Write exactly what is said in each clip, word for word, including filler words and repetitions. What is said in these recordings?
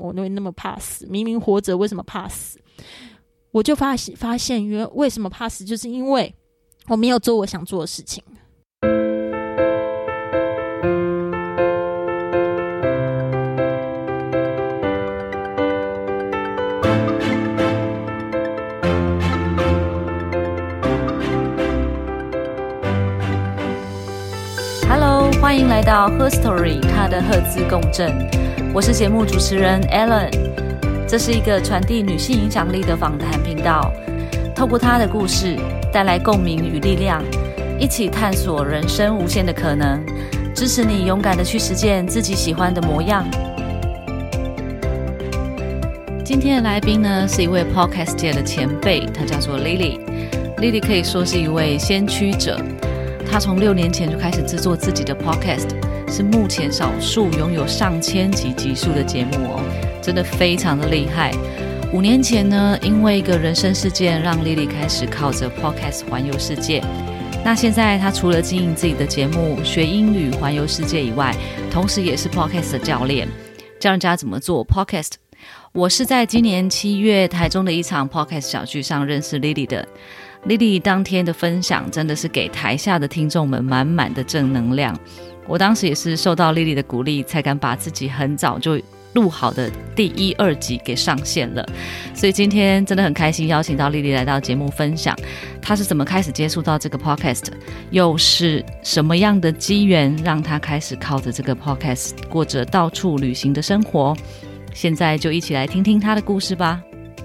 我会那么怕死？明明活着为什么怕死？我就发现发现原来为什么怕死，就是因为我没有做我想做的事情。 Hello， 欢迎来到 Her Story， 她的赫兹共振。我是节目主持人 Ellen， 这是一个传递女性影响力的访谈频道，透过她的故事带来共鸣与力量，一起探索人生无限的可能，支持你勇敢的去实践自己喜欢的模样。今天的来宾呢，是一位 Podcast 界的前辈，她叫做 Lily。Lily 可以说是一位先驱者，她从六年前就开始制作自己的 Podcast， 是目前少数拥有上千集集数的节目哦，真的非常的厉害。五年前呢，因为一个人生事件，让 Lily 开始靠着 Podcast 环游世界。那现在她除了经营自己的节目学英语环游世界以外，同时也是 Podcast 的教练，教人家怎么做 Podcast。我是在今年七月台中的一场 Podcast 小聚上认识 Lily 的。Lily 当天的分享真的是给台下的听众们满满的正能量，我当时也是受到 Lily 的鼓励，才敢把自己很早就录好的第一、二集给上线了。所以今天真的很开心邀请到 Lily 来到节目分享，她是怎么开始接触到这个 Podcast， 又是什么样的机缘让她开始靠着这个 Podcast 过着到处旅行的生活。现在就一起来听听她的故事吧。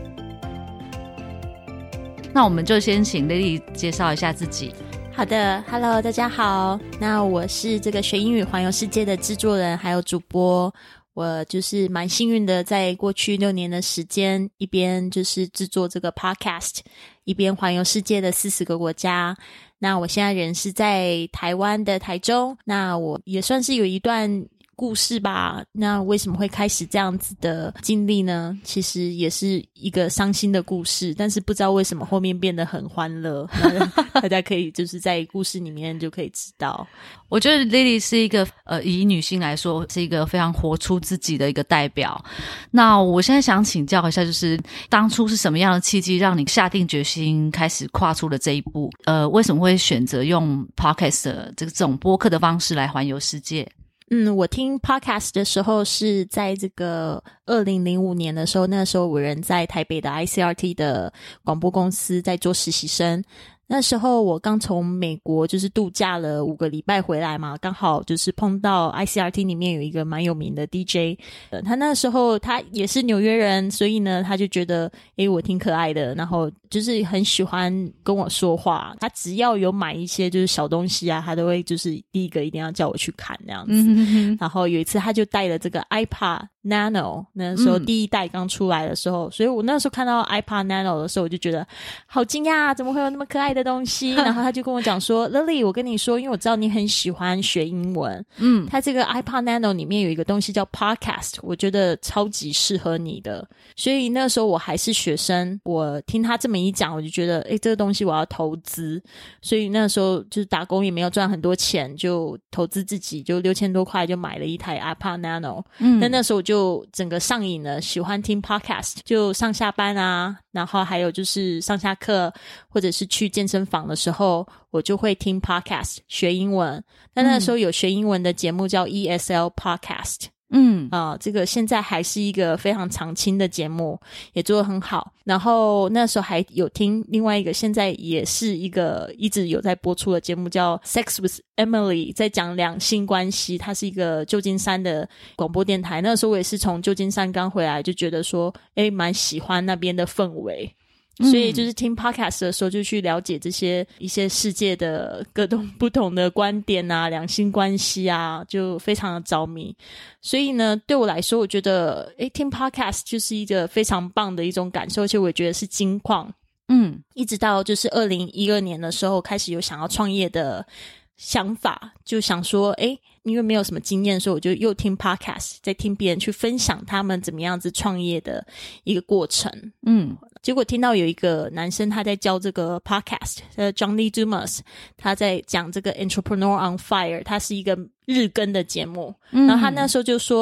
那我们就先请 Lily 介绍一下自己。 好的 Hello 大家好，那我是这个学英语环游世界的制作人还有主播。我就是蛮幸运的，在过去六年的时间，一边就是制作这个 podcast， 一边环游世界的四十个国家。那我现在人是在台湾的台中，那我也算是有一段故事吧。那为什么会开始这样子的经历呢？其实也是一个伤心的故事，但是不知道为什么后面变得很欢乐。大家可以就是在故事里面就可以知道。 我觉得 Lily 是一个呃，以女性来说是一个非常活出自己的一个代表。那我现在想请教一下，就是当初是什么样的契机让你下定决心开始跨出了这一步？呃，为什么会选择用 Podcast 的这种播客的方式来环游世界？ 嗯，我听 podcast 的时候是在这个二零零五年的时候，那时候我人在台北的 I C R T 的广播公司在做实习生。那时候我刚从美国就是度假了五个礼拜回来嘛，刚好就是碰到 I C R T 里面有一个蛮有名的 D J， 他那时候他也是纽约人，所以呢他就觉得诶我挺可爱的，然后就是很喜欢跟我说话。他只要有买一些就是小东西啊，他都会就是第一个一定要叫我去看那样子。嗯、然后有一次他就带了这个 iPod Nano， 那时候第一代刚出来的时候、嗯、所以我那时候看到 iPod Nano 的时候我就觉得好惊讶，怎么会有那么可爱的东西。然后他就跟我讲说Lily 我跟你说，因为我知道你很喜欢学英文，嗯，他这个 iPod Nano 里面有一个东西叫 Podcast， 我觉得超级适合你的。所以那时候我还是学生，我听他这么一讲，我就觉得诶这个东西我要投资。所以那时候就是打工也没有赚很多钱，就投资自己就六千多块就买了一台 iPod Nano。嗯，但那时候我就就整个上瘾了，喜欢听 podcast， 就上下班啊，然后还有就是上下课或者是去健身房的时候，我就会听 podcast 学英文。但那时候有学英文的节目叫 E S L Podcast，嗯啊、呃，这个现在还是一个非常常青的节目，也做得很好。然后那时候还有听另外一个现在也是一个一直有在播出的节目叫 Sex with Emily， 在讲两性关系，它是一个旧金山的广播电台。那时候我也是从旧金山刚回来，就觉得说诶蛮喜欢那边的氛围。所以就是听 podcast 的时候就去了解这些一些世界的各种不同的观点啊，两性关系啊，就非常的着迷。所以呢对我来说我觉得诶听 podcast 就是一个非常棒的一种感受，而且我也觉得是金矿。嗯，一直到就是二零一二年的时候开始有想要创业的想法，就想说诶因为没有什么经验，所以我就又听 podcast， 在听别人去分享他们怎么样子创业的一个过程。嗯，结果听到有一个男生他在教这个 podcast， 呃 John Lee Dumas， 他在讲这个 Entrepreneur on Fire， 他是一个日更的节目、嗯、然后他那时候就说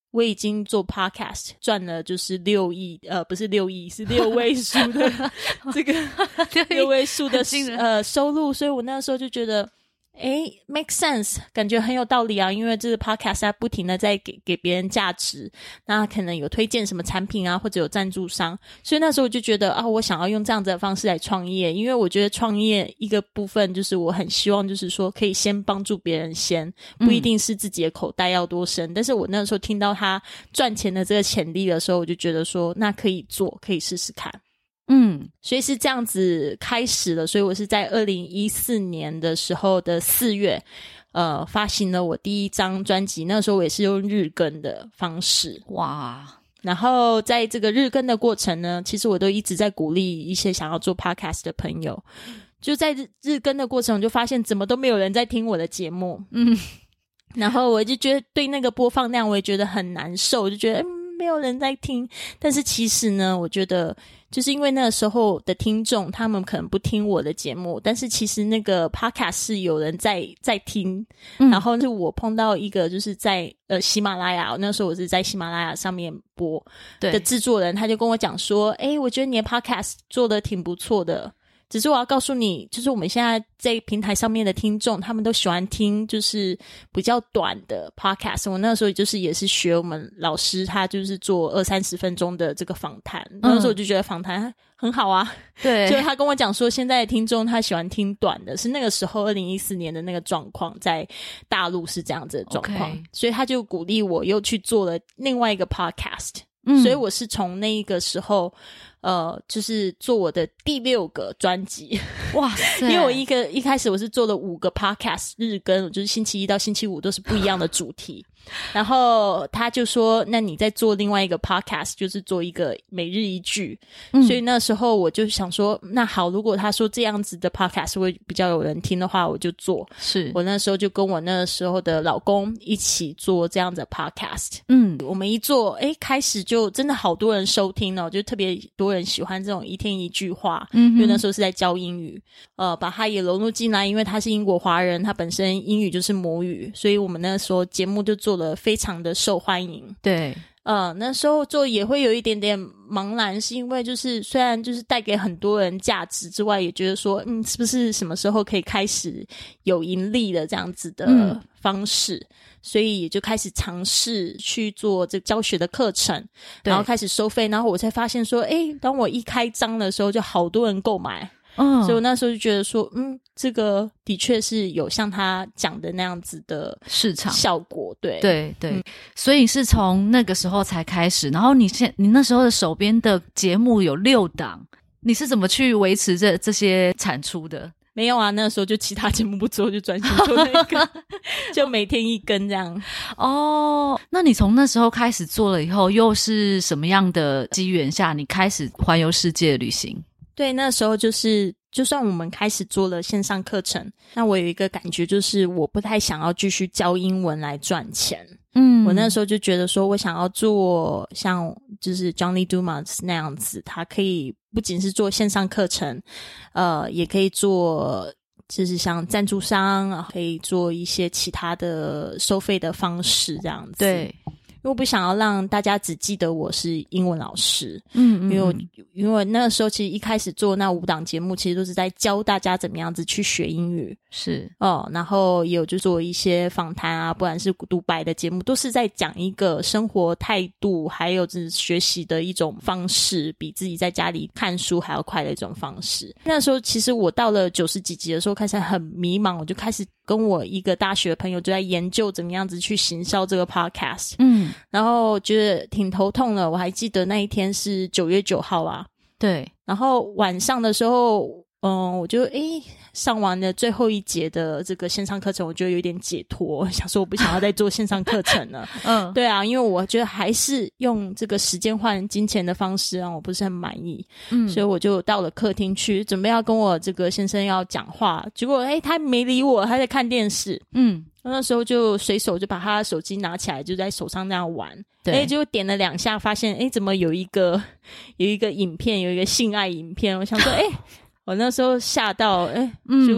我已经做 podcast 赚了就是六亿呃不是六亿是六位数的这个六位数的呃收入，所以我那时候就觉得诶 make sense， 感觉很有道理啊，因为这个 podcast 它不停的在给给别人价值，那可能有推荐什么产品啊，或者有赞助商，所以那时候我就觉得啊，我想要用这样子的方式来创业，因为我觉得创业一个部分就是我很希望就是说可以先帮助别人先，不一定是自己的口袋要多深、嗯、但是我那时候听到他赚钱的这个潜力的时候，我就觉得说那可以做，可以试试看。嗯，所以是这样子开始了，所以我是在二零一四年的时候的四月呃，发行了我第一张专辑，那时候我也是用日更的方式。哇，然后在这个日更的过程呢，其实我都一直在鼓励一些想要做 podcast 的朋友，就在日日更的过程我就发现怎么都没有人在听我的节目。嗯，然后我就觉得对那个播放量我也觉得很难受，我就觉得、嗯、没有人在听，但是其实呢我觉得就是因为那个时候的听众他们可能不听我的节目，但是其实那个 podcast 是有人在在听、嗯、然后是我碰到一个就是在呃喜马拉雅，那时候我是在喜马拉雅上面播的制作人，他就跟我讲说诶我觉得你的 podcast 做得挺不错的，只是我要告诉你，就是我们现在在平台上面的听众他们都喜欢听就是比较短的 podcast， 我那时候就是也是学我们老师，他就是做二三十分钟的这个访谈、嗯、那时候我就觉得访谈很好啊，对，就他跟我讲说现在的听众他喜欢听短的，是那个时候二零一四年的那个状况，在大陆是这样子的状况、okay. 所以他就鼓励我又去做了另外一个 podcast、嗯、所以我是从那个时候呃，就是做我的第六个专辑。哇塞！因为我一个一开始我是做了五个 podcast 日更，就是星期一到星期五都是不一样的主题。然后他就说那你再做另外一个 podcast， 就是做一个每日一句、嗯、所以那时候我就想说那好，如果他说这样子的 podcast 会比较有人听的话我就做。是我那时候就跟我那时候的老公一起做这样子的 podcast。嗯，我们一做诶开始就真的好多人收听哦，就特别多人喜欢这种一天一句话。嗯，因为那时候是在教英语，呃，把它也融入进来，因为他是英国华人，他本身英语就是母语，所以我们那时候节目就做了非常的受欢迎。对，呃，那时候做也会有一点点茫然，是因为就是虽然就是带给很多人价值之外，也觉得说嗯，是不是什么时候可以开始有盈利的这样子的方式、嗯、所以也就开始尝试去做这个教学的课程，然后开始收费，然后我才发现说诶当我一开张的时候就好多人购买。嗯，所以我那时候就觉得说嗯，这个的确是有像他讲的那样子的市场效果。对对对、嗯、 所以是从那个时候才开始，然后你现你那时候的手边的节目有六档，你是怎么去维持这这些产出的？ 没有啊，那时候就其他节目不做，就专心做那个就每天一根这样。 哦，那你从那时候开始做了以后，又是什么样的机缘下你开始环游世界旅行？ 对，那时候就是就算我们开始做了线上课程，那我有一个感觉就是我不太想要继续教英文来赚钱。嗯，我那时候就觉得说我想要做像就是 John Lee Dumas 那样子，他可以不仅是做线上课程，呃，也可以做就是像赞助商，可以做一些其他的收费的方式这样子。对，因为我不想要让大家只记得我是英文老师。嗯嗯，因为我因为那个时候其实一开始做那五档节目其实都是在教大家怎么样子去学英语。是哦，然后也有就做一些访谈啊，不管是独白的节目，都是在讲一个生活态度还有就是学习的一种方式，比自己在家里看书还要快的一种方式。那时候其实我到了九十几集的时候开始很迷茫，我就开始跟我一个大学朋友就在研究怎么样子去行销这个 podcast。嗯，然后觉得挺头痛的，我还记得那一天是九月九号啊。对，然后晚上的时候嗯，我就诶上完了最后一节的这个线上课程，我觉得有点解脱，想说我不想要再做线上课程了。嗯，对啊，因为我觉得还是用这个时间换金钱的方式让我不是很满意。嗯，所以我就到了客厅去准备要跟我这个先生要讲话，结果诶他没理我，他在看电视。嗯，那时候就随手就把他的手机拿起来就在手上那样玩。对，诶就点了两下发现诶怎么有一个有一个影片，有一个性爱影片，我想说诶我那时候吓到诶、欸、嗯，结果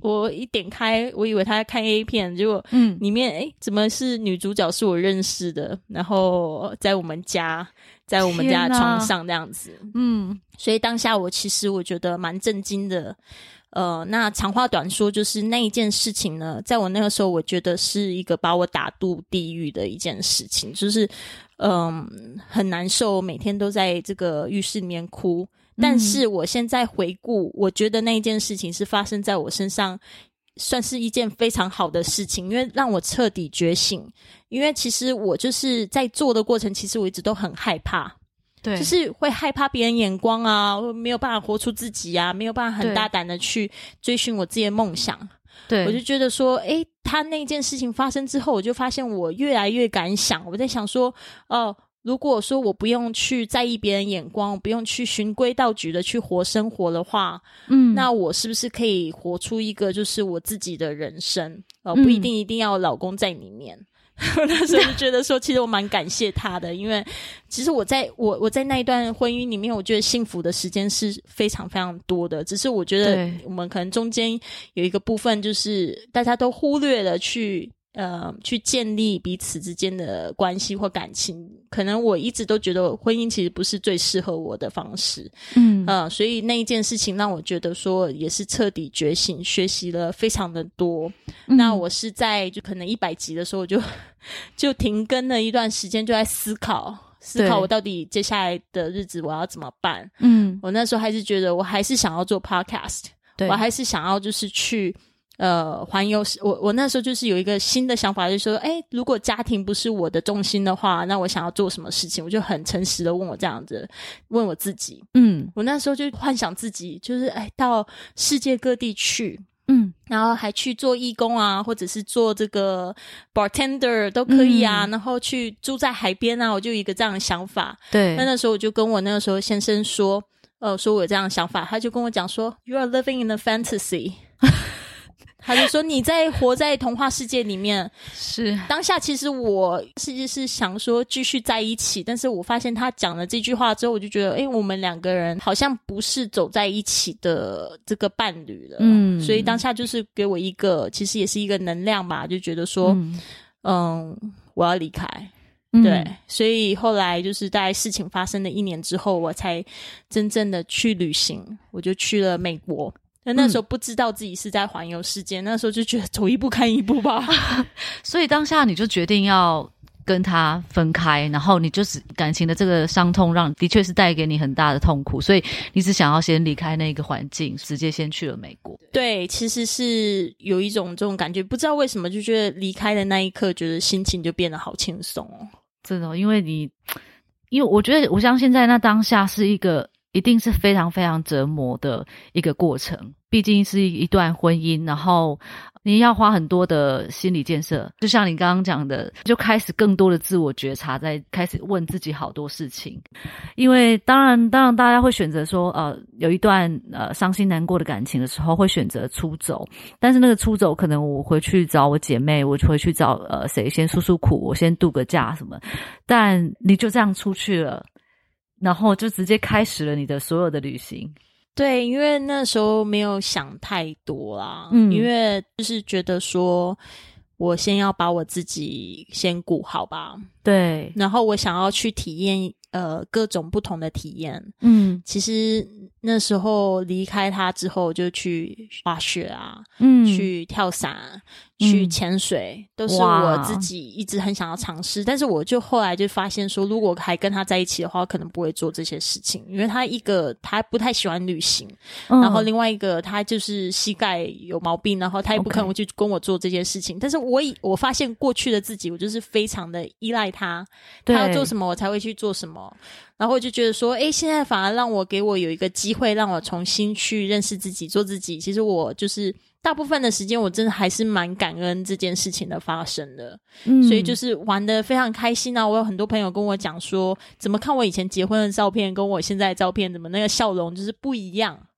我一点开，我以为他在看 A 片，结果嗯里面诶怎么是女主角是我认识的，然后在我们家在我们家的床上这样子。 嗯， 所以当下我其实我觉得蛮震惊的。呃，那长话短说，就是那一件事情呢，在我那个时候，我觉得是一个把我打入地狱的一件事情，就是嗯很难受，每天都在这个浴室里面哭。但是我现在回顾，我觉得那一件事情是发生在我身上，算是一件非常好的事情，因为让我彻底觉醒。因为其实我就是在做的过程，其实我一直都很害怕。 对， 就是会害怕别人眼光啊，没有办法活出自己啊，没有办法很大胆的去追寻我自己的梦想。 对， 我就觉得说诶他那件事情发生之后，我就发现我越来越敢想。我在想说哦，如果说我不用去在意别人眼光，不用去循规蹈矩的去活生活的话，嗯，那我是不是可以活出一个就是我自己的人生，呃，不一定一定要有老公在里面。我那时候就觉得说其实我蛮感谢他的，因为其实我在我我在那一段婚姻里面，我觉得幸福的时间是非常非常多的，只是我觉得我们可能中间有一个部分就是大家都忽略了去呃去建立彼此之间的关系或感情，可能我一直都觉得婚姻其实不是最适合我的方式。嗯呃，所以那一件事情让我觉得说也是彻底觉醒，学习了非常的多。嗯、那我是在就可能一百集的时候就就停更了一段时间，就在思考思考我到底接下来的日子我要怎么办。嗯，我那时候还是觉得我还是想要做 podcast， 我还是想要就是去呃环游。我我那时候就是有一个新的想法，就是说诶如果家庭不是我的重心的话，那我想要做什么事情，我就很诚实的问我这样子问我自己。嗯，我那时候就幻想自己就是诶到世界各地去，嗯，然后还去做义工啊，或者是做这个 bartender 都可以啊、嗯、然后去住在海边啊，我就有一个这样的想法。对，那那时候我就跟我那个时候先生说呃，说我有这样的想法，他就跟我讲说 You are living in a fantasy 他就说你在活在童话世界里面。是，当下其实我是是想说继续在一起，但是我发现他讲了这句话之后，我就觉得诶我们两个人好像不是走在一起的这个伴侣了。嗯，所以当下就是给我一个其实也是一个能量吧，就觉得说嗯, 嗯我要离开。对、嗯、所以后来就是大概事情发生的一年之后，我才真正的去旅行，我就去了美国。那时候不知道自己是在环游世界、嗯、那时候就觉得走一步看一步吧所以当下你就决定要跟他分开，然后你就是感情的这个伤痛让的确是带给你很大的痛苦，所以你只想要先离开那个环境，直接先去了美国。 对，其实是有一种这种感觉，不知道为什么就觉得离开的那一刻觉得心情就变得好轻松哦。 真的，因为你因为我觉得我相信在那当下是一个一定是非常非常折磨的一个过程，毕竟是一段婚姻，然后你要花很多的心理建设，就像你刚刚讲的，就开始更多的自我觉察，在开始问自己好多事情。因为当然当然大家会选择说呃有一段呃伤心难过的感情的时候会选择出走，但是那个出走可能我回去找我姐妹，我回去找呃谁先诉诉苦，我先度个假什么，但你就这样出去了，然后就直接开始了你的所有的旅行。 对，因为那时候没有想太多啦，嗯，因为就是觉得说我先要把我自己先顾好吧。对，然后我想要去体验呃各种不同的体验。嗯，其实那时候离开他之后就去滑雪啊，嗯，去跳伞，去潜水、嗯、都是我自己一直很想要尝试，但是我就后来就发现说如果还跟他在一起的话，我可能不会做这些事情，因为他一个他不太喜欢旅行、嗯、然后另外一个他就是膝盖有毛病，然后他也不可能去跟我做这些事情、okay. 但是我我发现过去的自己我就是非常的依赖他，他要做什么我才会去做什么，然后我就觉得说诶现在反而让我给我有一个机会让我重新去认识自己做自己，其实我就是大部分的时间我真的还是蛮感恩这件事情的发生的、嗯、所以就是玩得非常开心啊。我有很多朋友跟我讲说怎么看我以前结婚的照片跟我现在的照片怎么那个笑容就是不一样。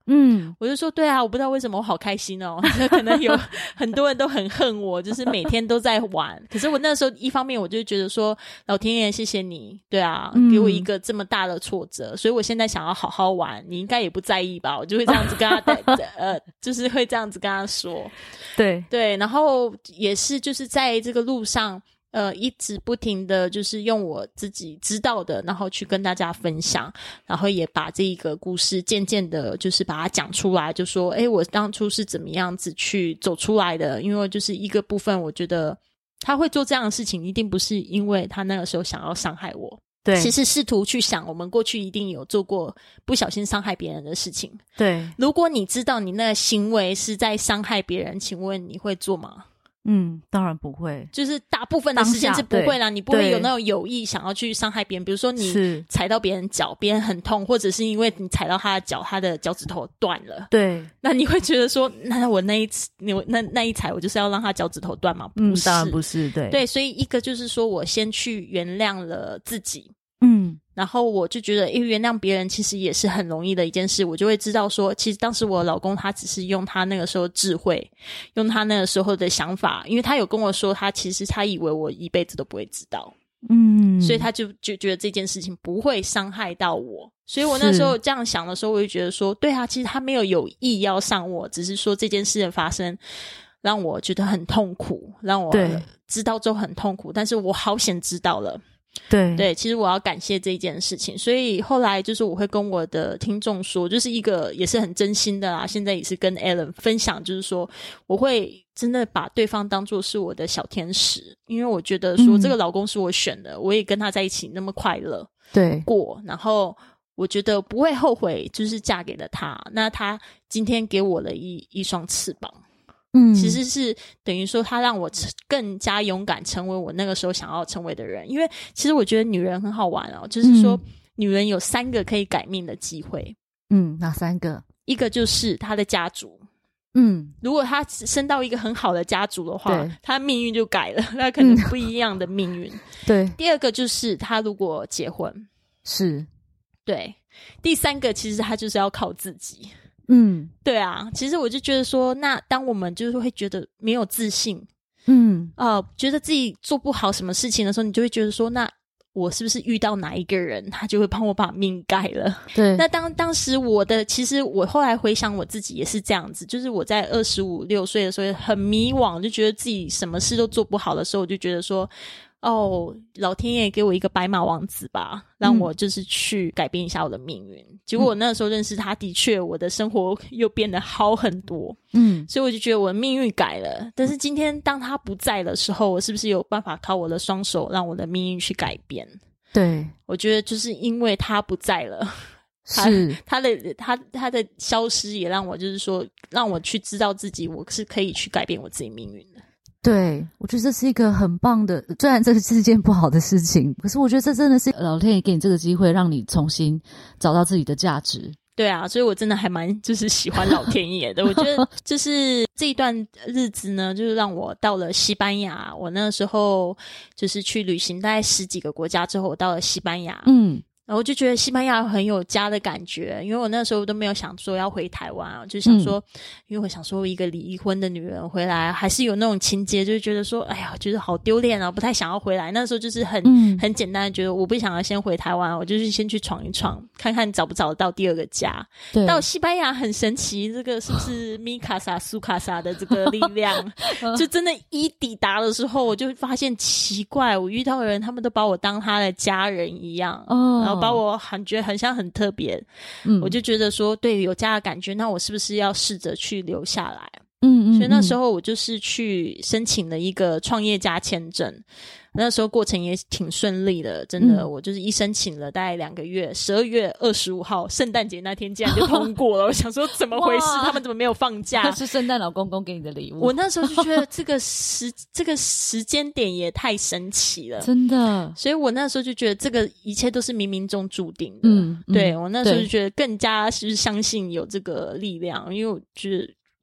嗯，我就说对啊，我不知道为什么我好开心哦，可能有很多人都很恨我，就是每天都在玩。可是我那时候一方面我就觉得说，老天爷谢谢你，对啊，嗯、给我一个这么大的挫折，所以我现在想要好好玩，你应该也不在意吧？我就会这样子跟他呃，就是会这样子跟他说， 对对，然后也是就是在这个路上。呃，一直不停的就是用我自己知道的，然后去跟大家分享，然后也把这一个故事渐渐的就是把它讲出来，就说诶我当初是怎么样子去走出来的。因为就是一个部分我觉得他会做这样的事情一定不是因为他那个时候想要伤害我，对，其实试图去想我们过去一定有做过不小心伤害别人的事情，对，如果你知道你那个行为是在伤害别人，请问你会做吗？ 嗯，当然不会， 就是大部分的时间是不会啦，你不会有那种有意想要去伤害别人，比如说你踩到别人脚，别人很痛，或者是因为你踩到他的脚，他的脚趾头断了，对，那你会觉得说那我那一次那那一踩我就是要让他脚趾头断吗？不是，嗯， 当然不是，对对，所以一个就是说我先去原谅了自己，嗯，然后我就觉得因为原谅别人其实也是很容易的一件事，我就会知道说其实当时我老公他只是用他那个时候智慧，用他那个时候的想法，因为他有跟我说他其实他以为我一辈子都不会知道，嗯，所以他就就觉得这件事情不会伤害到我，所以我那时候这样想的时候我就觉得说对啊，其实他没有有意要伤我，只是说这件事的发生让我觉得很痛苦，让我知道之后很痛苦，但是我好险知道了，对对，其实我要感谢这一件事情，所以后来就是我会跟我的听众说，就是一个也是很真心的啦，现在也是跟 Alan 分享，就是说我会真的把对方当作是我的小天使，因为我觉得说这个老公是我选的，嗯，我也跟他在一起那么快乐对过，然后我觉得不会后悔就是嫁给了他，那他今天给我了一一双翅膀，嗯，其实是等于说他让我更加勇敢成为我那个时候想要成为的人。因为其实我觉得女人很好玩哦，就是说女人有三个可以改命的机会。 嗯，哪三个？ 一个就是她的家族，嗯，如果她生到一个很好的家族的话，她命运就改了，她可能不一样的命运，嗯，对。第二个就是她如果结婚，是，对。第三个其实她就是要靠自己，嗯，对啊，其实我就觉得说，那当我们就是会觉得没有自信，嗯，呃，觉得自己做不好什么事情的时候，你就会觉得说，那我是不是遇到哪一个人，他就会帮我把命改了？对。那当当时我的，其实我后来回想我自己也是这样子，就是我在二十五六岁的时候很迷惘，就觉得自己什么事都做不好的时候，我就觉得说，哦，老天爷给我一个白马王子吧，让我就是去改变一下我的命运，嗯，结果我那时候认识他，的确我的生活又变得好很多，嗯，所以我就觉得我的命运改了。但是今天当他不在的时候，我是不是有办法靠我的双手让我的命运去改变？对，我觉得就是因为他不在了，是他的他他的消失也让我就是说让我去知道自己我是可以去改变我自己命运的。 对，我觉得这是一个很棒的，虽然这是一件不好的事情，可是我觉得这真的是老天爷给你这个机会，让你重新找到自己的价值。 对啊，所以我真的还蛮就是喜欢老天爷的。我觉得就是这一段日子呢，就是让我到了西班牙，我那时候就是去旅行大概十几个国家之后，我到了西班牙，嗯，然后我就觉得西班牙很有家的感觉，因为我那时候都没有想说要回台湾啊，就想说，嗯，因为我想说一个离婚的女人回来还是有那种情节，就觉得说哎呀觉得好丢脸啊，不太想要回来。那时候就是很，嗯，很简单的觉得我不想要先回台湾，我就是先去闯一闯，看看找不找得到第二个家。对，到西班牙很神奇，这个是不是米卡萨苏卡萨的这个力量就真的一抵达的时候，我就发现奇怪，我遇到的人他们都把我当他的家人一样，哦，然后把我很觉得很像很特别，嗯，我就觉得说对有家的感觉，那我是不是要试着去留下来？嗯，嗯，所以那时候我就是去申请了一个创业家签证，那时候过程也挺顺利的，真的，嗯，我就是一申请了大概两个月，十二月二十五号圣诞节那天竟然就通过了我想说怎么回事，他们怎么没有放假？ 那是圣诞老公公给你的礼物。 我那时候就觉得这个时这个时间点也太神奇了， 真的， 所以我那时候就觉得这个一切都是冥冥中注定的。嗯，对，我那时候就觉得更加是相信有这个力量，因为我觉得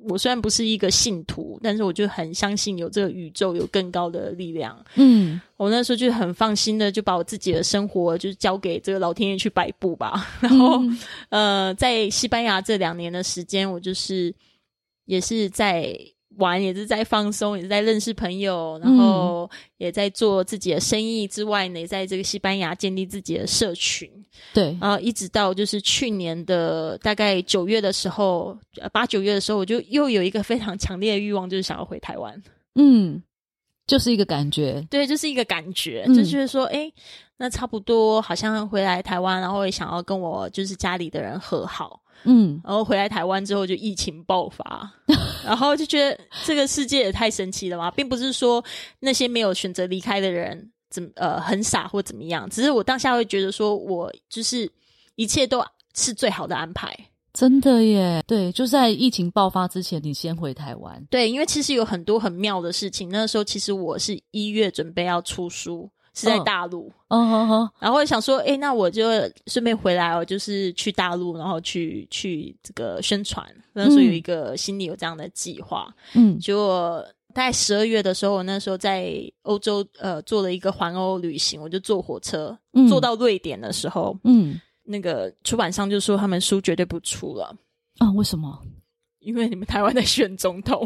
我虽然不是一个信徒，但是我就很相信有这个宇宙有更高的力量。 嗯， 我那时候就很放心的就把我自己的生活就交给这个老天爷去摆布吧。然后、嗯、呃，在西班牙这两年的时间，我就是也是在玩，也是在放松，也是在认识朋友，然后也在做自己的生意之外呢，也在这个西班牙建立自己的社群。 对， 然后一直到就是去年的大概九月的时候，八九月的时候，我就又有一个非常强烈的欲望，就是想要回台湾。 嗯，就是一个感觉， 对，就是一个感觉， 嗯、 就觉得说，哎，那差不多好像回来台湾，然后也想要跟我就是家里的人和好。 嗯， 然后回来台湾之后就疫情爆发，然后就觉得这个世界也太神奇了嘛，并不是说那些没有选择离开的人怎么呃很傻或怎么样，只是我当下会觉得说我就是一切都是最好的安排。 真的耶，对，就在疫情爆发之前你先回台湾。 对，因为其实有很多很妙的事情，那时候其实我是一月准备要出书，是在大陆， 嗯哼哼， 然后想说，诶，那我就顺便回来哦，就是去大陆，然后去去这个宣传。那时候有一个心里有这样的计划，嗯，结果大概十二月的时候，我那时候在欧洲呃做了一个环欧旅行，我就坐火车，嗯，坐到瑞典的时候，嗯，那个出版商就说他们书绝对不出了啊，为什么？ 因为你们台湾在选总统。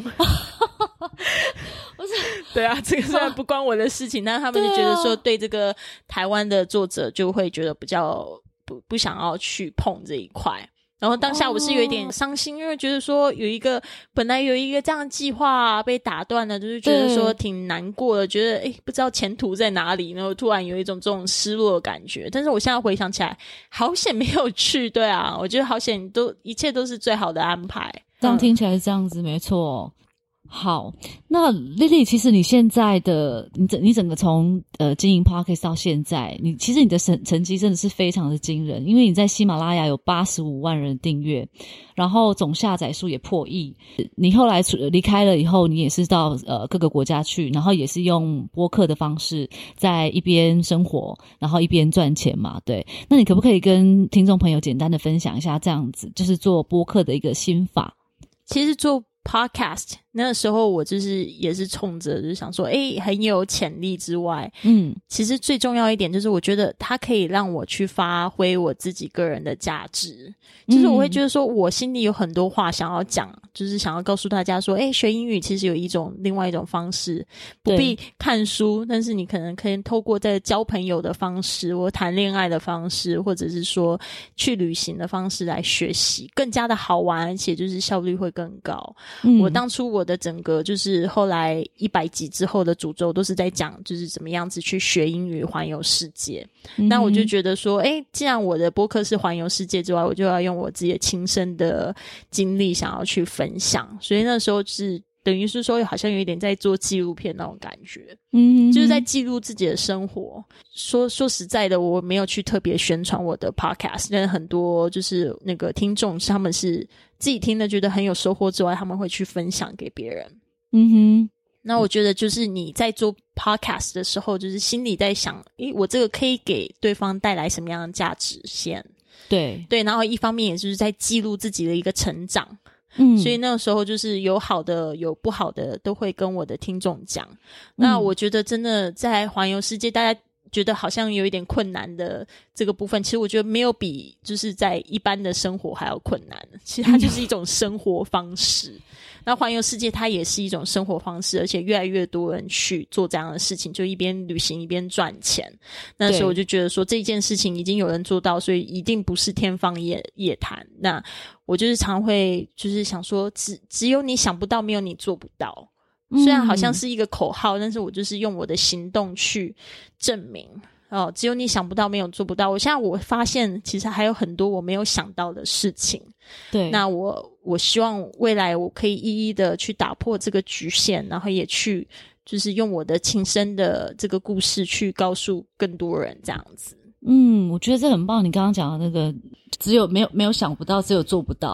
对啊，这个虽然不关我的事情，但是他们就觉得说对这个台湾的作者就会觉得比较不不想要去碰这一块。然后当下我是有一点伤心，哦，因为觉得说有一个本来有一个这样的计划，啊，被打断了，就是觉得说挺难过的，觉得诶不知道前途在哪里，然后突然有一种这种失落的感觉。但是我现在回想起来，好险没有去。对啊，我觉得好险，都一切都是最好的安排。 这样听起来是这样子，嗯，没错。好，那 Lily， 其实你现在的你整你整个从呃经营 Podcast 到现在，你其实你的成成绩真的是非常的惊人，因为你在喜马拉雅有八十五万人订阅，然后总下载数也破亿。你后来离开了以后，你也是到呃各个国家去，然后也是用播客的方式在一边生活，然后一边赚钱嘛，对。那你可不可以跟听众朋友简单的分享一下这样子就是做播客的一个心法？ 其实做podcast 那时候我就是也是冲着就是想说诶很有潜力之外，嗯，其实最重要一点就是我觉得它可以让我去发挥我自己个人的价值，就是我会觉得说我心里有很多话想要讲，就是想要告诉大家说诶学英语其实有一种另外一种方式，不必看书，但是你可能可以透过在交朋友的方式或谈恋爱的方式，或者是说去旅行的方式来学习，更加的好玩，而且就是效率会更高。嗯，我当初我的整个就是后来一百集之后的主轴都是在讲就是怎么样子去学英语环游世界，嗯，那我就觉得说诶既然我的播客是环游世界之外，我就要用我自己的亲身的经历想要去分享，所以那时候是等于是说好像有一点在做纪录片那种感觉，嗯，就是在记录自己的生活。说说实在的，我没有去特别宣传我的 podcast， 但是很多就是那个听众他们是自己听的觉得很有收获之外，他们会去分享给别人。嗯哼，那我觉得就是你在做 podcast 的时候，就是心里在想诶我这个可以给对方带来什么样的价值线，对对，然后一方面也就是在记录自己的一个成长，嗯，所以那个时候就是有好的有不好的都会跟我的听众讲，嗯，那我觉得真的在环游世界大家觉得好像有一点困难的这个部分，其实我觉得没有比就是在一般的生活还要困难，其实它就是一种生活方式，嗯，那环游世界它也是一种生活方式，而且越来越多人去做这样的事情，就一边旅行一边赚钱。那时候我就觉得说这件事情已经有人做到，所以一定不是天方夜夜谭。那我就是常会就是想说只只有你想不到，没有你做不到。虽然好像是一个口号，但是我就是用我的行动去证明哦，只有你想不到，没有做不到。我现在我发现其实还有很多我没有想到的事情，对，那我我希望未来我可以一一的去打破这个局限，然后也去就是用我的亲身的这个故事去告诉更多人这样子。嗯， 我觉得这很棒，你刚刚讲的那个只有没有没有想不到，只有做不到。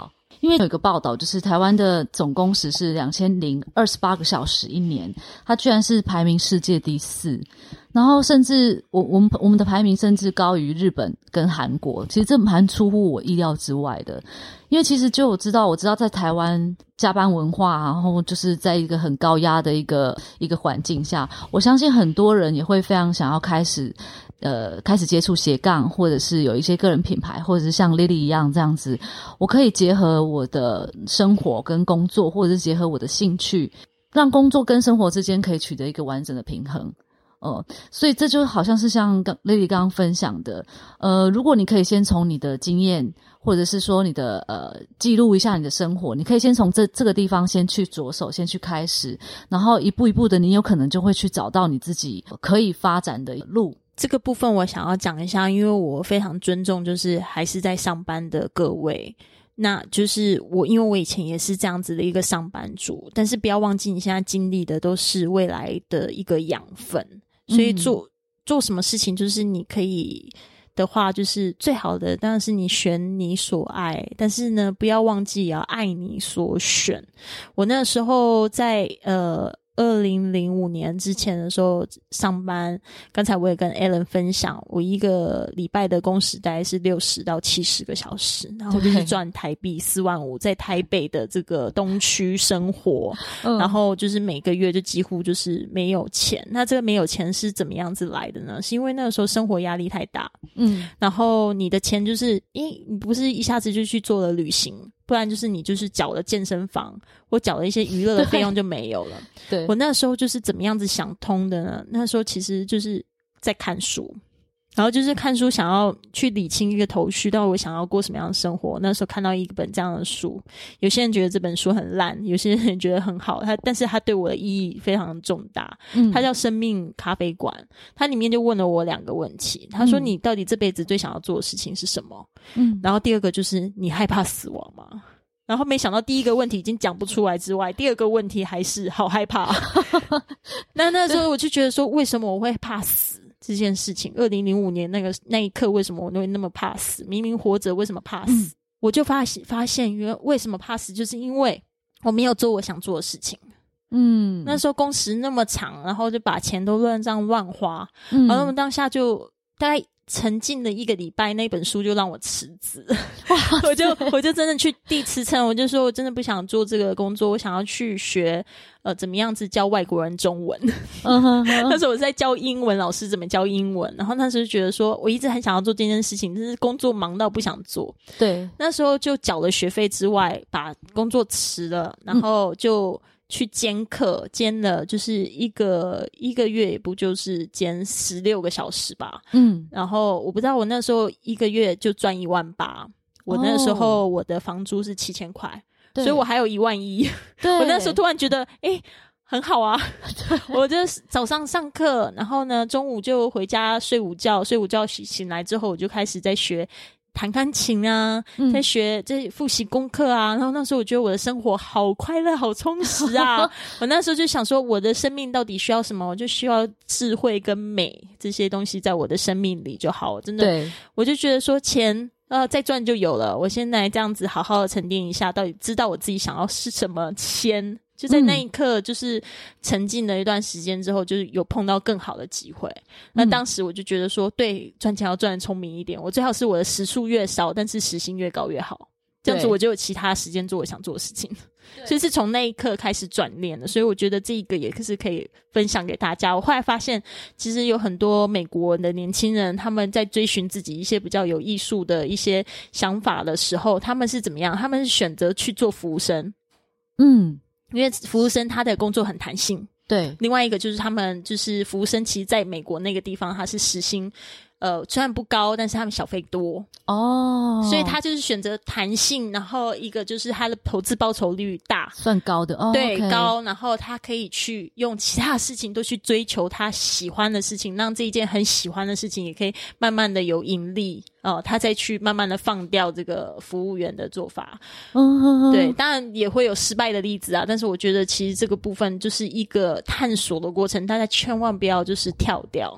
因为有一个报道，就是台湾的总工时是两千零二十八个小时一年，它居然是排名世界第四，然后甚至我我们我们的排名甚至高于日本跟韩国，其实这蛮出乎我意料之外的。因为其实就我知道我知道在台湾加班文化，然后就是在一个很高压的一个一个环境下，我相信很多人也会非常想要开始呃开始接触斜杠，或者是有一些个人品牌，或者是像 Lily 一样这样子，我可以结合我的生活跟工作，或者是结合我的兴趣，让工作跟生活之间可以取得一个完整的平衡。呃，所以这就好像是像刚 Lily 刚刚分享的，呃，如果你可以先从你的经验，或者是说你的呃记录一下你的生活，你可以先从这这个地方先去着手，先去开始，然后一步一步的，你有可能就会去找到你自己可以发展的路。 这个部分我想要讲一下，因为我非常尊重就是还是在上班的各位，那就是我因为我以前也是这样子的一个上班族，但是不要忘记你现在经历的都是未来的一个养分，所以做、嗯、做什么事情就是你可以的话，就是最好的当然是你选你所爱，但是呢不要忘记也要爱你所选。我那时候在呃二零零五年之前的时候上班，刚才我也跟 Alan 分享，我一个礼拜的工时大概是六十到七十个小时，然后就是赚台币四万五，在台北的这个东区生活、嗯、然后就是每个月就几乎就是没有钱。那这个没有钱是怎么样子来的呢？是因为那个时候生活压力太大，嗯，然后你的钱就是因为你不是一下子就去做了旅行，不然就是你就是缴了健身房或缴了一些娱乐的费用就没有了。对，我那时候就是怎么样子想通的呢？那时候其实就是在看书，然后就是看书想要去理清一个头绪，到底我想要过什么样的生活。那时候看到一本这样的书，有些人觉得这本书很烂，有些人觉得很好，它但是它对我的意义非常重大。嗯，它叫生命咖啡馆，它里面就问了我两个问题。他说你到底这辈子最想要做的事情是什么？嗯，然后第二个就是你害怕死亡吗？然后没想到第一个问题已经讲不出来之外，第二个问题还是好害怕。那那时候我就觉得说，为什么我会怕死这件事情？二零零五年那个那一刻，为什么我会那么怕死？明明活着，为什么怕死？嗯、我就发现发现，原来为什么怕死，就是因为我没有做我想做的事情。嗯，那时候工时那么长，然后就把钱都乱这样乱花，嗯、然后当下就大概沉浸了一个礼拜，那本书就让我辞职。我就我就真的去递辞呈，我就说我真的不想做这个工作，我想要去学呃怎么样子教外国人中文。嗯哼哼那时候我在教英文，老师怎么教英文，然后那时候觉得说我一直很想要做这件事情，但是工作忙到不想做。对，那时候就缴了学费之外，把工作辞了，然后就、嗯去兼课，兼了就是一个一个月也不就是兼十六个小时吧，嗯，然后我不知道我那时候一个月就赚一万八，我那时候我的房租是七千块，所以我还有一万一，我那时候突然觉得诶很好啊，我就早上上课，然后呢中午就回家睡午觉，睡午觉醒来之后我就开始在学弹钢琴啊，在学在复习功课啊、嗯、然后那时候我觉得我的生活好快乐好充实啊我那时候就想说我的生命到底需要什么，我就需要智慧跟美这些东西在我的生命里就好，真的对我就觉得说钱呃再赚就有了，我现在这样子好好的沉淀一下，到底知道我自己想要是什么钱，就在那一刻就是沉浸了一段时间之后，就是有碰到更好的机会、嗯、那当时我就觉得说对，赚钱要赚得聪明一点，我最好是我的时数越少但是时薪越高越好，这样子我就有其他时间做我想做的事情，所以是从那一刻开始转念的，所以我觉得这个也是可以分享给大家。我后来发现其实有很多美国的年轻人，他们在追寻自己一些比较有艺术的一些想法的时候，他们是怎么样，他们是选择去做服务生。嗯，因为服务生他的工作很弹性，对，另外一个就是他们就是服务生其实在美国那个地方他是时薪呃虽然不高，但是他们小费多哦，所以他就是选择弹性，然后一个就是他的投资报酬率大，算高的哦，对、okay、高，然后他可以去用其他的事情都去追求他喜欢的事情，让这一件很喜欢的事情也可以慢慢的有盈利哦，他再去慢慢的放掉这个服务员的做法。嗯，对，当然也会有失败的例子啊，但是我觉得其实这个部分就是一个探索的过程，大家千万不要就是跳掉。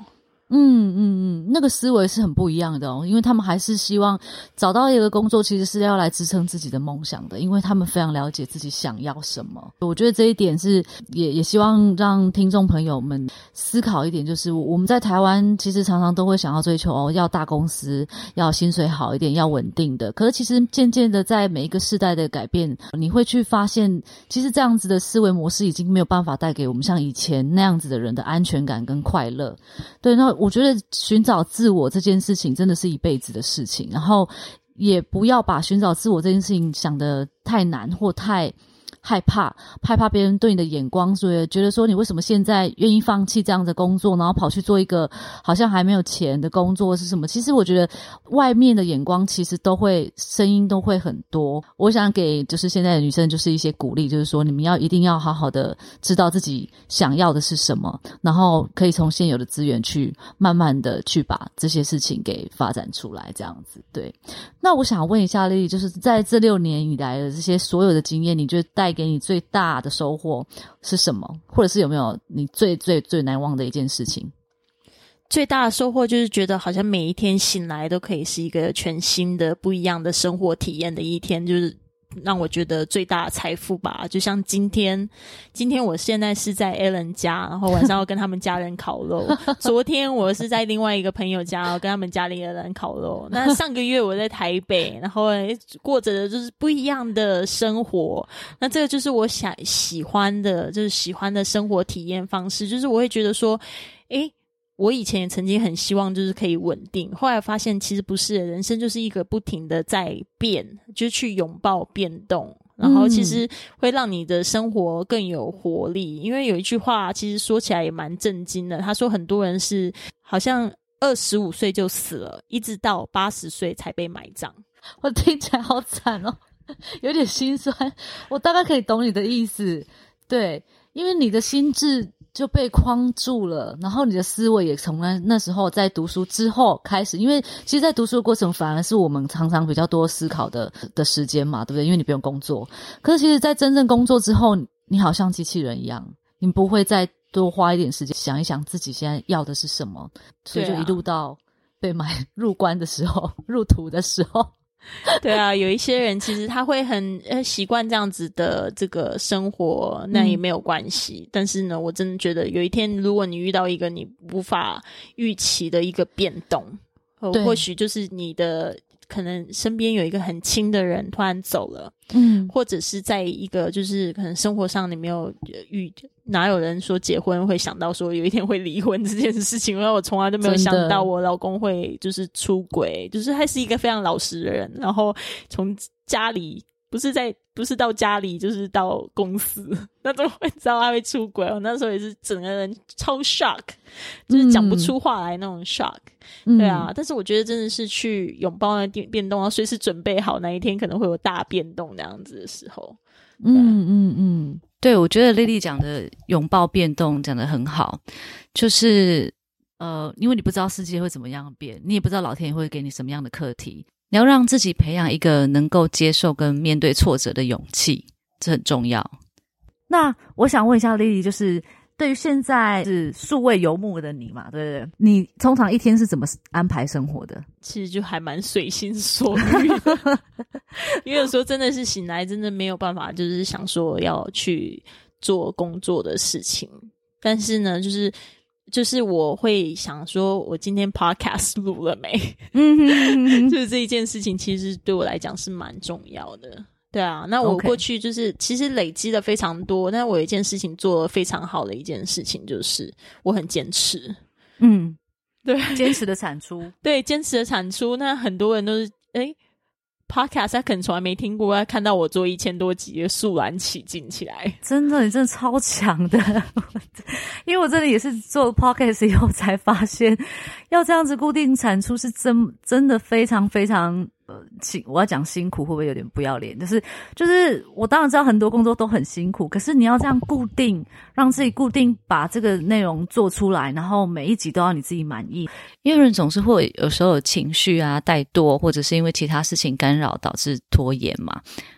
嗯嗯嗯，那个思维是很不一样的哦，因为他们还是希望找到一个工作其实是要来支撑自己的梦想的，因为他们非常了解自己想要什么。我觉得这一点是也也希望让听众朋友们思考一点，就是我们在台湾其实常常都会想要追求哦，要大公司，要薪水好一点，要稳定的。可是其实渐渐的在每一个世代的改变，你会去发现其实这样子的思维模式已经没有办法带给我们像以前那样子的人的安全感跟快乐。对，那我觉得寻找自我这件事情真的是一辈子的事情，然后也不要把寻找自我这件事情想得太难或太害怕害怕别人对你的眼光，所以觉得说你为什么现在愿意放弃这样的工作，然后跑去做一个好像还没有钱的工作是什么。其实我觉得外面的眼光其实都会声音都会很多，我想给就是现在的女生就是一些鼓励，就是说你们要一定要好好的知道自己想要的是什么，然后可以从现有的资源去慢慢的去把这些事情给发展出来这样子。对，那我想问一下莉莉，就是在这六年以来的这些所有的经验，你觉得带给你最大的收获是什么？或者是有没有你最最最难忘的一件事情？ 最大的收获就是觉得好像每一天醒来都可以是一个全新的不一样的生活体验的一天，就是让我觉得最大的财富吧。就像今天今天我现在是在 Alan 家，然后晚上要跟他们家人烤肉昨天我是在另外一个朋友家，要跟他们家里的人烤肉。那上个月我在台北，然后过着的就是不一样的生活，那这个就是我想喜欢的，就是喜欢的生活体验方式。就是我会觉得说诶，我以前也曾经很希望就是可以稳定，后来发现其实不是，人生就是一个不停的在变，就去拥抱变动，然后其实会让你的生活更有活力。因为有一句话其实说起来也蛮震惊的，他说很多人是好像二十五岁就死了，一直到八十岁才被埋葬。 我听起来好惨哦，有点心酸。我大概可以懂你的意思，对，因为你的心智就被框住了，然后你的思维也从那那时候在读书之后开始，因为其实在读书的过程反而是我们常常比较多思考的的时间嘛，对不对？因为你不用工作。可是其实在真正工作之后，你好像机器人一样，你不会再多花一点时间想一想自己现在要的是什么，所以就一路到被埋入棺的时候，入土的时候。 对啊，有一些人其实他会很呃习惯这样子的这个生活，那也没有关系、嗯、但是呢我真的觉得有一天如果你遇到一个你无法预期的一个变动，或许就是你的可能身边有一个很亲的人突然走了，嗯，或者是在一个就是可能生活上你没有遇，哪有人说结婚会想到说有一天会离婚这件事情，因为我从来都没有想到我老公会就是出轨，就是他是一个非常老实的人，然后从家里不是在不是到家里就是到公司，那怎么会知道他会出轨？我那时候也是整个人超 shock， 就是讲不出话来那种 shock、嗯、对啊，但是我觉得真的是去拥抱那变动，然后随时准备好那一天可能会有大变动那样子的时候。 嗯嗯嗯，对，我觉得莉莉讲的拥抱变动讲得很好，就是呃，因为你不知道世界会怎么样变，你也不知道老天爷会给你什么样的课题，你要让自己培养一个能够接受跟面对挫折的勇气，这很重要。那我想问一下莉莉，就是对于现在是数位游牧的你嘛，对不对？你通常一天是怎么安排生活的？ 其实就还蛮随心所欲的因为有时候真的是醒来真的没有办法就是想说要去做工作的事情，但是呢就是就是我会想说我今天 podcast 录了没嗯就是这一件事情其实对我来讲是蛮重要的。对啊，那我过去就是其实累积了非常多，但我有一件事情做得非常好的一件事情就是我很坚持。 嗯， 对， 坚持的产出对，坚持的产出。那很多人都是诶 podcast 他可能从来没听过，他看到我做一千多集肃然起敬起来。 真的，你真的超强的因为我这里也是做 podcast 以后才发现要这样子固定产出是真真的非常非常呃，我要讲辛苦会不会有点不要脸，就是就是我当然知道很多工作都很辛苦，可是你要这样固定让自己固定把这个内容做出来，然后每一集都要你自己满意。因为人总是会有时候有情绪啊怠惰，或者是因为其他事情干扰导致拖延嘛，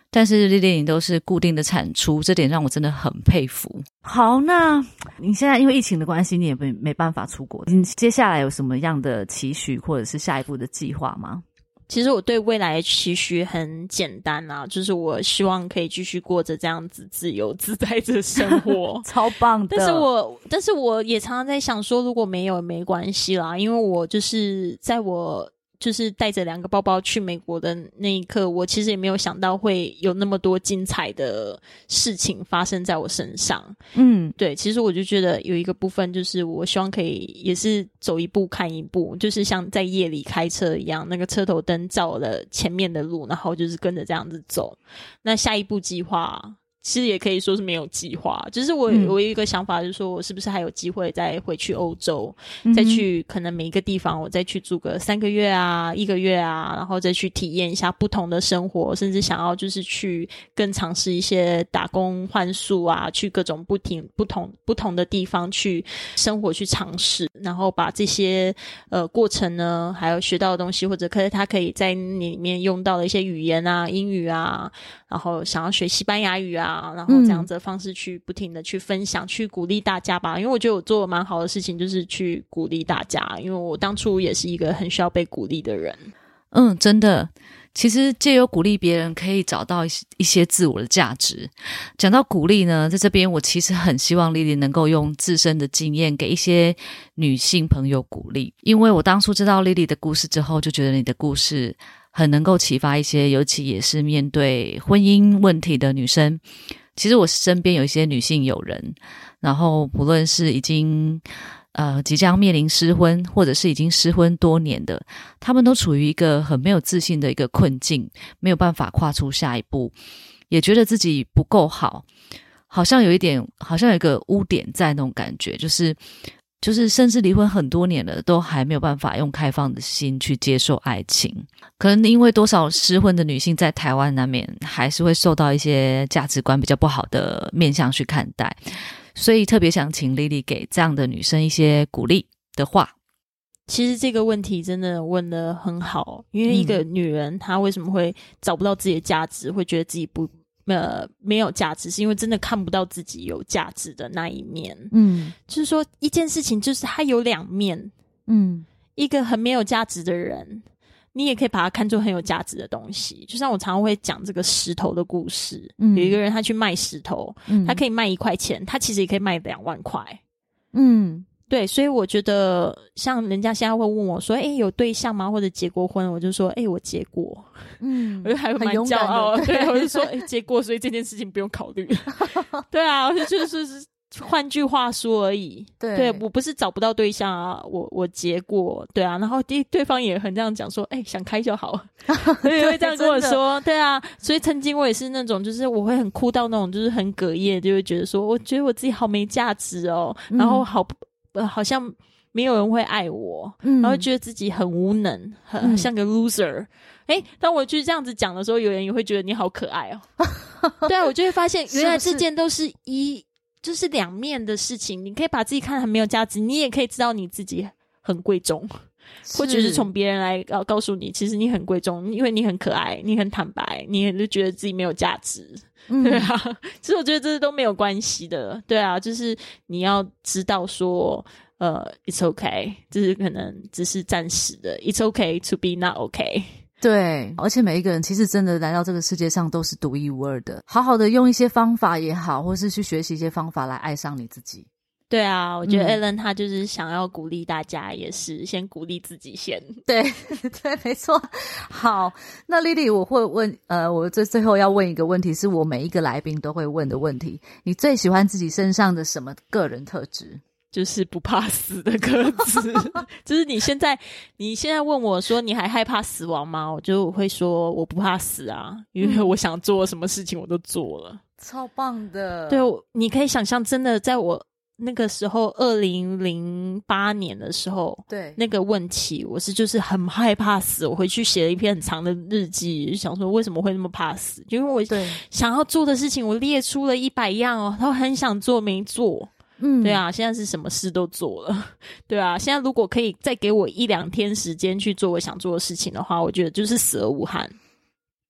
但是莉莉你都是固定的产出，这点让我真的很佩服。好，那你现在因为疫情的关系，你也没没办法出国，你接下来有什么样的期许或者是下一步的计划吗？ 其实我对未来的期许很简单啊，就是我希望可以继续过着这样子自由自在的生活。 超棒的。 但是我但是我也常常在想说，如果没有也没关系啦，因为我就是在我就是带着两个包包去美国的那一刻，我其实也没有想到会有那么多精彩的事情发生在我身上。嗯，对，其实我就觉得有一个部分就是我希望可以也是走一步看一步，就是像在夜里开车一样，那个车头灯照了前面的路，然后就是跟着这样子走。那下一步计划其实也可以说是没有计划，就是我、嗯、我有一个想法，就是说我是不是还有机会再回去欧洲、嗯、再去可能每一个地方我再去住个三个月啊一个月啊，然后再去体验一下不同的生活，甚至想要就是去更尝试一些打工换宿啊，去各种不停不同不同的地方去生活去尝试，然后把这些呃过程呢还有学到的东西，或者可是他可以在里面用到的一些语言啊英语啊，然后想要学西班牙语啊，然后这样子的方式去不停的去分享、嗯、去鼓励大家吧。因为我觉得我做的蛮好的事情就是去鼓励大家，因为我当初也是一个很需要被鼓励的人。 嗯，真的，其实藉由鼓励别人可以找到一些自我的价值。讲到鼓励呢，在这边我其实很希望莉莉能够用自身的经验给一些女性朋友鼓励，因为我当初知道莉莉的故事之后，就觉得你的故事很能够启发一些尤其也是面对婚姻问题的女生。其实我身边有一些女性友人，然后不论是已经呃即将面临失婚，或者是已经失婚多年的，她们都处于一个很没有自信的一个困境，没有办法跨出下一步，也觉得自己不够好，好像有一点好像有一个污点在那种感觉，就是就是甚至离婚很多年了都还没有办法用开放的心去接受爱情。可能因为多少失婚的女性在台湾难免还是会受到一些价值观比较不好的面向去看待，所以特别想请 Lily 给这样的女生一些鼓励的话。 其实这个问题真的问得很好，因为一个女人她为什么会找不到自己的价值，会觉得自己不呃，没有价值，是因为真的看不到自己有价值的那一面。嗯，就是说一件事情就是它有两面。嗯，一个很没有价值的人，你也可以把它看作很有价值的东西。就像我常常会讲这个石头的故事。嗯，有一个人他去卖石头，嗯，他可以卖一块钱，他其实也可以卖两万块。嗯。对，所以我觉得像人家现在会问我说诶有对象吗，或者结过婚，我就说诶我结过。嗯，我就还蛮骄傲的。对，我就说诶结过，所以这件事情不用考虑。对啊，就是换句话说而已。对，对我不是找不到对象啊，我我结过。对啊，然后对对方也很这样讲说诶想开就好。对，会这样跟我说。对啊，所以曾经我也是那种就是我会很哭到那种就是很哽咽，就会觉得说我觉得我自己好没价值哦，然后好呃，好像没有人会爱我，嗯，然后觉得自己很无能，很、嗯、像个 loser。诶，当我去这样子讲的时候，有人也会觉得你好可爱哦。对啊，我就会发现原来这件都是一就是两面的事情。你可以把自己看得很没有价值，你也可以知道你自己很贵重，或者是从别人来告告诉你，其实你很贵重，因为你很可爱，你很坦白，你也就觉得自己没有价值。嗯、对啊，其实我觉得这都没有关系的。对啊，就是你要知道说呃 it's okay， 这是可能只是暂时的， it's okay to be not okay。 对，而且每一个人其实真的来到这个世界上都是独一无二的，好好的用一些方法也好，或是去学习一些方法来爱上你自己。 对啊，我觉得 Ellen 她就是想要鼓励大家，也是先鼓励自己先。 对对，没错。好，那 Lily 我会问呃，我最最后要问一个问题，是我每一个来宾都会问的问题，你最喜欢自己身上的什么个人特质？ 就是不怕死的个子。就是你现在你现在问我说你还害怕死亡吗，我就会说我不怕死啊，因为我想做什么事情我都做了。 超棒的。 对，你可以想象真的在我那个时候二零零八年的时候，对那个问题我是就是很害怕死，我回去写了一篇很长的日记，就想说为什么会那么怕死，因为我想要做的事情我列出了一百样哦，他很想做没做。嗯，对啊，现在是什么事都做了。对啊，现在如果可以再给我一两天时间去做我想做的事情的话，我觉得就是死而无憾。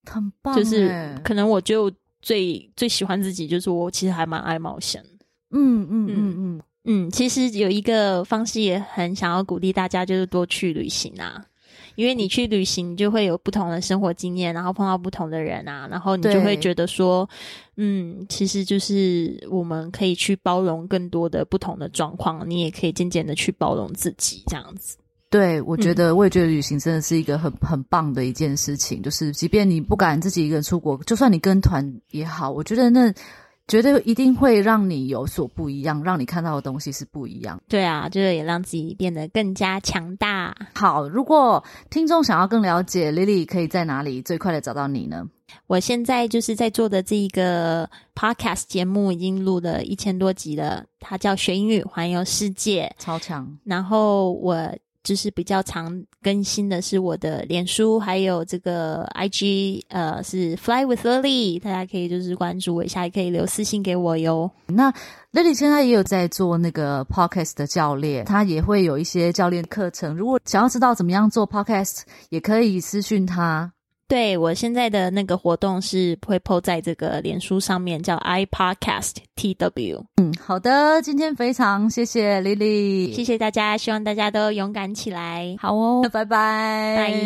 很棒， 就是可能我就最最喜欢自己，就是我其实还蛮爱冒险。 嗯嗯嗯嗯嗯，其实有一个方式也很想要鼓励大家，就是多去旅行啊。因为你去旅行，你就会有不同的生活经验，然后碰到不同的人啊，然后你就会觉得说，嗯，其实就是我们可以去包容更多的不同的状况，你也可以渐渐的去包容自己，这样子。 对，我觉得、嗯、我也觉得旅行真的是一个很很棒的一件事情，就是即便你不敢自己一个人出国，就算你跟团也好，我觉得那绝对一定会让你有所不一样，让你看到的东西是不一样。 对啊，就是也让自己变得更加强大。 好，如果听众想要更了解 Lily 可以在哪里最快的找到你呢？ 我现在就是在做的这一个 podcast 节目已经录了一千多集了，它叫学英语环游世界， 超强。 然后我就是比较常更新的是我的脸书还有这个 I G， 呃，是 Fly with Lily， 大家可以就是关注我一下，也可以留私信给我哟。 那 Lily 现在也有在做那个 podcast 的教练，他也会有一些教练课程，如果想要知道怎么样做 podcast 也可以私讯他。 对，我现在的那个活动是会 po 在这个脸书上面，叫 iPodcast T W。 嗯，好的，今天非常谢谢 Lily， 谢谢大家，希望大家都勇敢起来。 好哦，拜拜拜。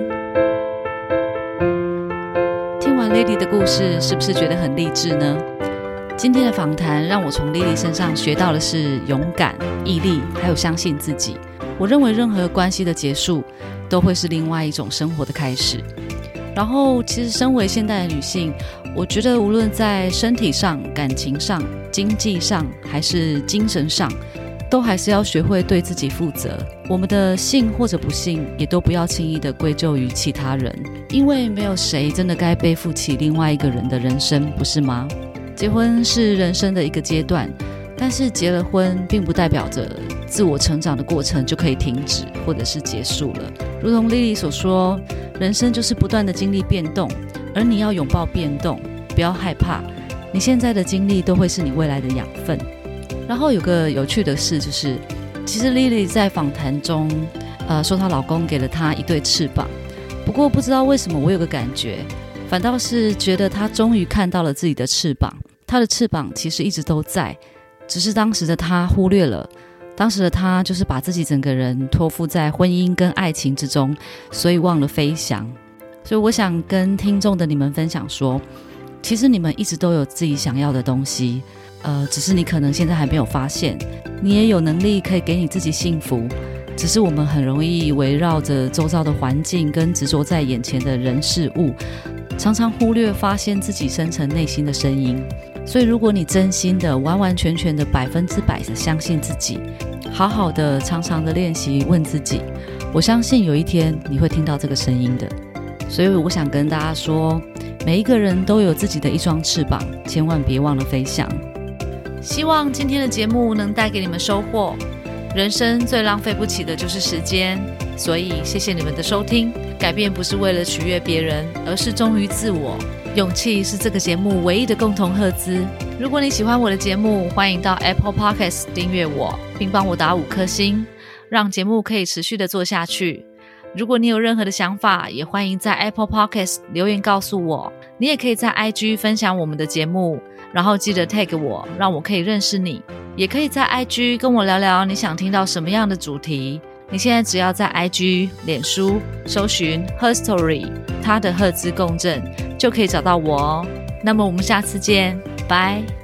听完 Lily 的故事是不是觉得很励志呢？今天的访谈让我从 Lily 身上学到的是勇敢、毅力还有相信自己。我认为任何关系的结束都会是另外一种生活的开始。然后其实身为现代的女性，我觉得无论在身体上、感情上、经济上还是精神上，都还是要学会对自己负责。我们的幸或者不幸也都不要轻易的归咎于其他人，因为没有谁真的该背负起另外一个人的人生，不是吗？结婚是人生的一个阶段，但是结了婚并不代表着自我成长的过程就可以停止或者是结束了。如同 Lily 所说，人生就是不断的经历变动，而你要拥抱变动，不要害怕，你现在的经历都会是你未来的养分。然后有个有趣的事就是，其实 Lily 在访谈中呃，说她老公给了她一对翅膀，不过不知道为什么我有个感觉，反倒是觉得她终于看到了自己的翅膀。她的翅膀其实一直都在，只是当时的她忽略了，当时的她就是把自己整个人托付在婚姻跟爱情之中，所以忘了飞翔。所以我想跟听众的你们分享说，其实你们一直都有自己想要的东西，呃，只是你可能现在还没有发现，你也有能力可以给你自己幸福，只是我们很容易围绕着周遭的环境跟执着在眼前的人事物，常常忽略发现自己深层内心的声音。所以如果你真心的完完全全的百分之百的相信自己，好好的常常的练习问自己，我相信有一天你会听到这个声音的。所以我想跟大家说，每一个人都有自己的一双翅膀，千万别忘了飞翔。希望今天的节目能带给你们收获。人生最浪费不起的就是时间，所以谢谢你们的收听。改变不是为了取悦别人，而是忠于自我。勇气是这个节目唯一的共同赫资。如果你喜欢我的节目，欢迎到 Apple Podcast 订阅我，并帮我打五颗星，让节目可以持续的做下去。如果你有任何的想法，也欢迎在 Apple Podcast 留言告诉我。你也可以在 I G 分享我们的节目，然后记得 tag 我，让我可以认识你。也可以在 I G 跟我聊聊你想听到什么样的主题。你现在只要在 I G 脸书搜寻 Herstory 他的赫兹共振，就可以找到我哦。那么我们下次见，拜。